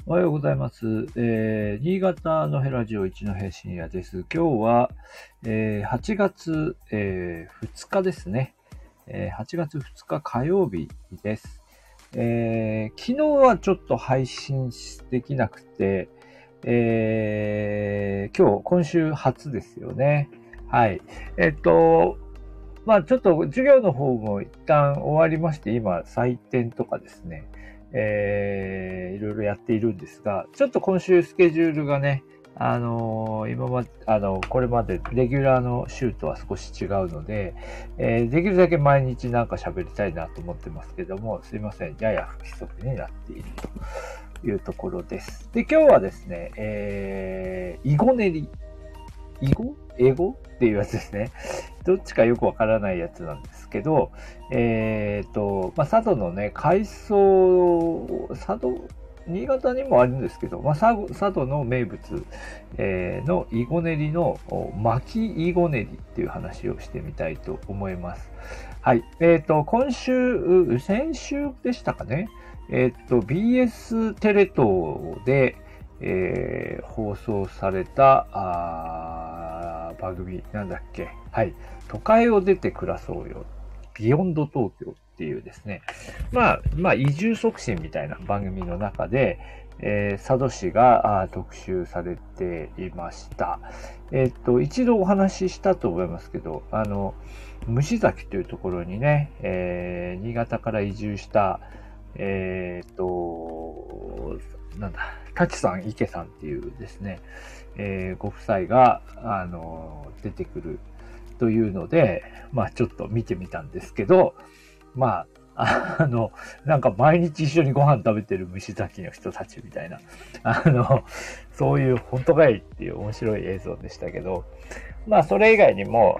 おはようございます。新潟のヘラジオ一戸深夜です。今日は、8月、2日ですね。8月2日火曜日です。昨日はちょっと配信できなくて、今週初ですよね。はい。ちょっと授業の方も一旦終わりまして、今、採点とかですね、いろいろやっているんですが、ちょっと今週スケジュールがね、これまでレギュラーの週とは少し違うので、できるだけ毎日なんか喋りたいなと思ってますけども、すいません、やや不規則になっているというところです。で、今日はですね、囲碁練り。英語っていうやつですね。どっちかよくわからないやつなんですけど、佐渡のね、新潟にもあるんですけど、佐渡の名物、の囲碁練りの巻き囲碁練りっていう話をしてみたいと思います。はい。先週でしたかね。BS テレ東で、放送された番組なんだっけ。はい。都会を出て暮らそうよ。ビヨンド東京っていうですね。移住促進みたいな番組の中で、佐渡市が特集されていました。一度お話ししたと思いますけど、虫崎というところにね、新潟から移住した、舘さん、池さんっていうですね、ご夫妻が、出てくるというので、ちょっと見てみたんですけど、なんか毎日一緒にご飯食べてる虫崎の人たちみたいな、そういう本当かいっていう面白い映像でしたけど、それ以外にも、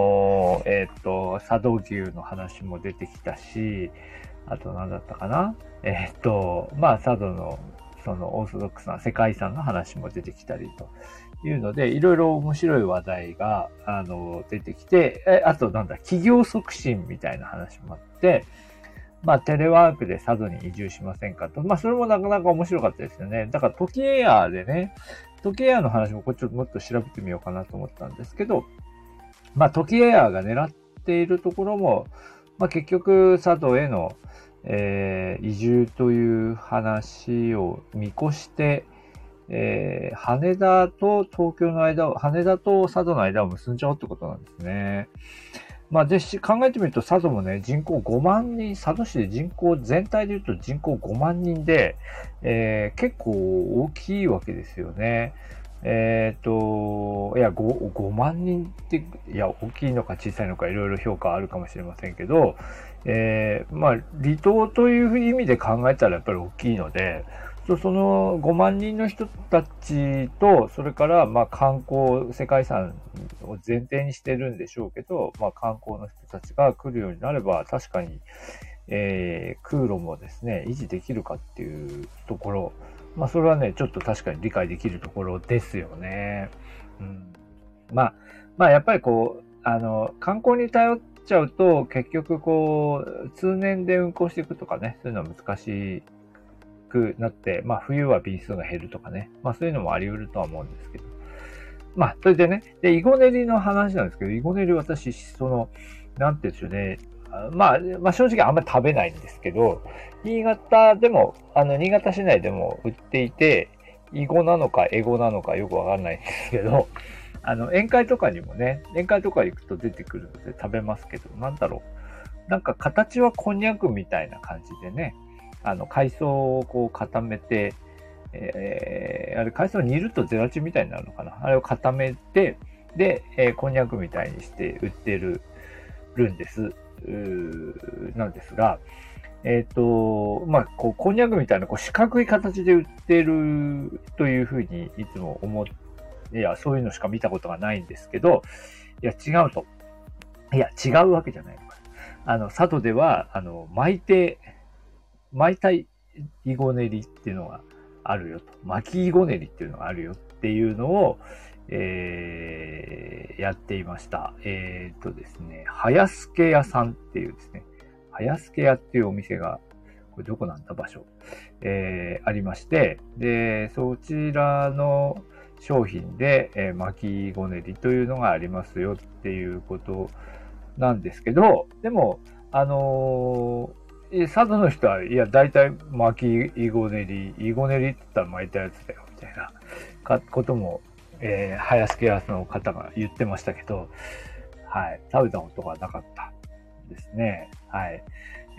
佐渡牛の話も出てきたし、あと何だったかな佐渡のそのオーソドックスな世界遺産の話も出てきたりというので、いろいろ面白い話題が、出てきて、あと企業促進みたいな話もあって、テレワークで佐渡に移住しませんかと。それもなかなか面白かったですよね。だから、トキエアでね、トキエアの話もこっちょっともっと調べてみようかなと思ったんですけど、トキエアが狙っているところも、結局、佐渡への、移住という話を見越して、羽田と東京の間を、羽田と佐渡の間を結んじゃおうってことなんですね。考えてみると佐渡もね、人口5万人、佐渡市で全体で言うと人口5万人で、結構大きいわけですよね。5万人って、大きいのか小さいのかいろいろ評価あるかもしれませんけど、離島という意味で考えたらやっぱり大きいので、その5万人の人たちと、それから観光、世界遺産を前提にしてるんでしょうけど、観光の人たちが来るようになれば、確かに、空路もですね、維持できるかっていうところ、それはね、ちょっと確かに理解できるところですよね。うん。やっぱり観光に頼っちゃうと、結局通年で運行していくとかね、そういうのは難しくなって、冬は便数が減るとかね、そういうのもあり得るとは思うんですけど。それでね、囲碁練りの話なんですけど、囲碁練り私、なんて言うんでしょうね、正直あんまり食べないんですけど、新潟市内でも売っていて、囲碁なのかエゴなのかよくわかんないんですけど、宴会とか行くと出てくるので食べますけど、形はこんにゃくみたいな感じでね、海藻を固めて、あれ海藻を煮るとゼラチンみたいになるのかな、あれを固めて、で、こんにゃくみたいにして売ってるんです。なんですが、こんにゃくみたいな四角い形で売ってるというふうにいつもそういうのしか見たことがないんですけど、違うわけじゃないのか。佐渡では、巻いた囲碁練りっていうのがあるよと。巻き囲碁練りっていうのがあるよっていうのを、やっていました。ですね、早助屋さんっていうですね、早助屋っていうお店が、 これどこなんだ場所。ありまして、で、そちらの商品で、巻きごねりというのがありますよっていうことなんですけど、でも、佐渡の人は、いや、大体巻きごねり、いごねりって言ったら巻いたやつだよ、みたいなことも、早助屋の方が言ってましたけど、はい、食べたことがなかったですね。はい。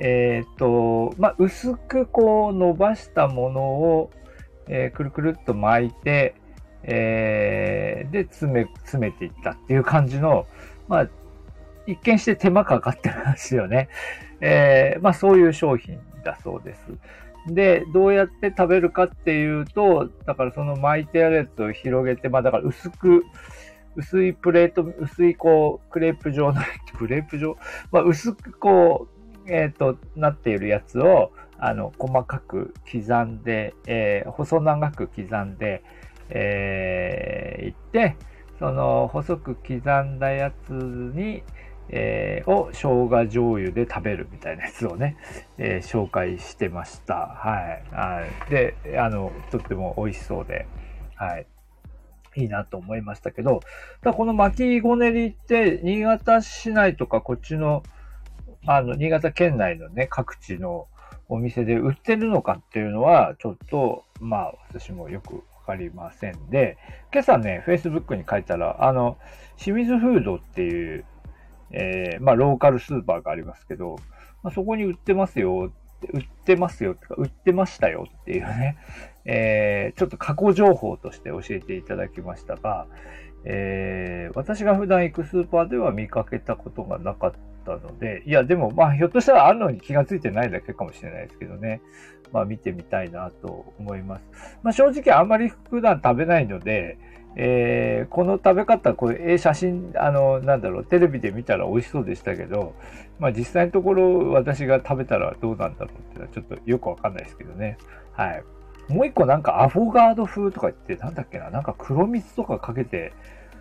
薄くこう伸ばしたものを、くるくるっと巻いて、で、詰めていったっていう感じの、一見して手間かかってますよね。そういう商品だそうです。で、どうやって食べるかっていうと、だからその巻いてあるやつを広げて、だから薄いプレート、薄いこう、クレープ状の、クレープ状薄くこう、なっているやつを、細かく刻んで、細長く刻んで、いって、その、細く刻んだやつに、を生姜醤油で食べるみたいなやつをね、紹介してました。はい。で、とっても美味しそうで、はい。いいなと思いましたけど、この巻きごねりって、新潟市内とかこっちの、新潟県内のね、各地のお店で売ってるのかっていうのは、ちょっと、私もよくわかりませんで、今朝ね、Facebook に書いたら、清水フードっていう、ローカルスーパーがありますけど、そこに売ってますよってか、売ってましたよっていうね、ちょっと過去情報として教えていただきましたが、私が普段行くスーパーでは見かけたことがなかったので、いや、でも、ひょっとしたらあるのに気がついてないだけかもしれないですけどね。見てみたいなと思います。正直あんまり普段食べないので、この食べ方、これ、写真、テレビで見たら美味しそうでしたけど、実際のところ私が食べたらどうなんだろうっていうのはちょっとよくわかんないですけどね。はい。もう一個なんかアフォガード風とか言って、なんだっけな、なんか黒蜜とかかけて、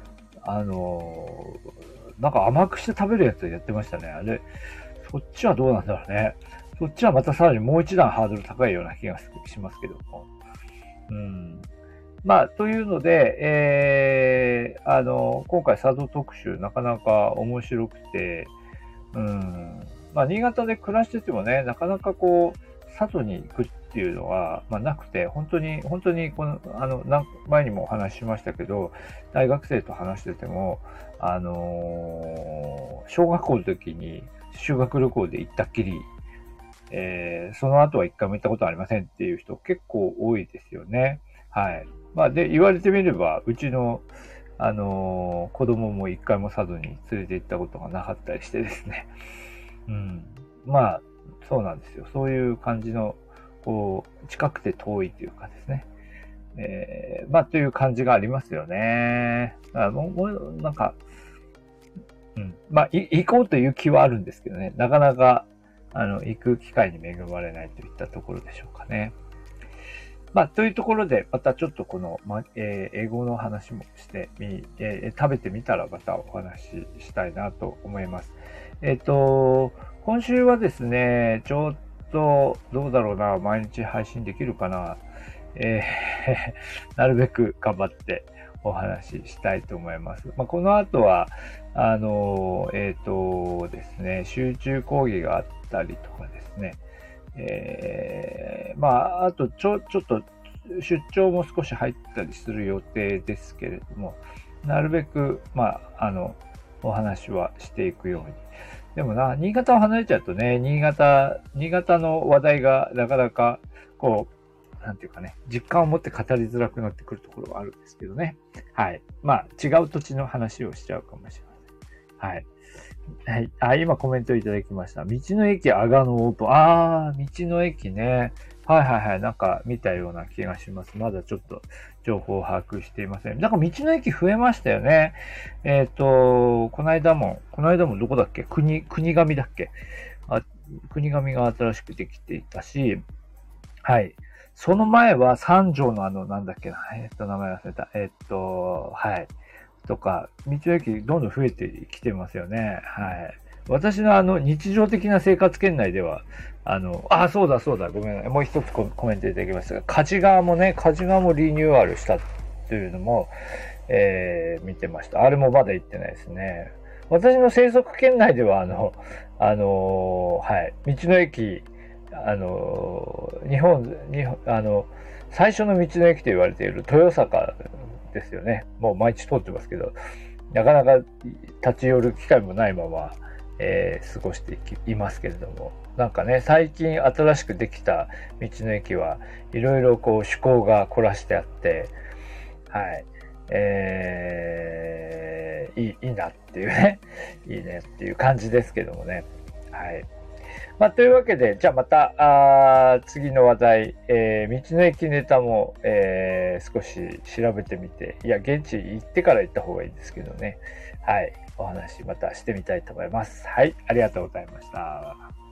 なんか甘くして食べるやつやってましたね。あれ、そっちはどうなんだろうね。そっちはまたさらにもう一段ハードル高いような気がしますけども。というので、今回佐渡特集なかなか面白くて、新潟で暮らしててもね、なかなかこう、佐渡に行くっていうのは、なくて、本当に、この、前にもお話ししましたけど、大学生と話してても、小学校の時に修学旅行で行ったっきり、その後は一回も行ったことありませんっていう人結構多いですよね。はい。で、言われてみれば、うちの、子供も一回も佐渡に連れて行ったことがなかったりしてですね。そうなんですよ。そういう感じの、こう、近くて遠いというかですね。という感じがありますよね。なんか、行こうという気はあるんですけどね。なかなか、行く機会に恵まれないといったところでしょうかね。というところで、またちょっとこの、英語の話もして食べてみたらまたお話ししたいなと思います。今週はですね、ちょっと、どうだろうな、毎日配信できるかな。なるべく頑張ってお話ししたいと思います。この後は、ですね、集中講義があったりとかですね、あとちょっと出張も少し入ったりする予定ですけれども、なるべく、お話はしていくように。でもな、新潟を離れちゃうとね、新潟の話題がなかなか、こう、なんていうかね、実感を持って語りづらくなってくるところはあるんですけどね。はい。違う土地の話をしちゃうかもしれません。はい。はい。今コメントいただきました。道の駅阿賀野オープン。道の駅ね。はい。なんか見たような気がします。まだちょっと情報を把握していません。なんか道の駅増えましたよね。この間もどこだっけ国神だっけ国神が新しくできていたし、はい。その前は三条のなんだっけな。名前忘れた。はい。とか、道の駅どんどん増えてきてますよね。はい。 私の日常的な生活圏内では、そうだそうだ、ごめんなさい。もう一つコメントいただきましたが、梶川もリニューアルしたというのも、見てました。あれもまだ行ってないですね。私の生息圏内では、道の駅、最初の道の駅と言われている豊坂ですよね。もう毎日通ってますけど、なかなか立ち寄る機会もないまま、過ごしていますけれども、なんかね、最近新しくできた道の駅はいろいろこう趣向が凝らしてあって、はい、いいなっていうね、いいねっていう感じですけどもね。はい。まあ、というわけで、じゃあまた、次の話題、道の駅ネタも、少し調べてみて、いや、現地行ってから行った方がいいですけどね。はい。お話またしてみたいと思います。はい。ありがとうございました。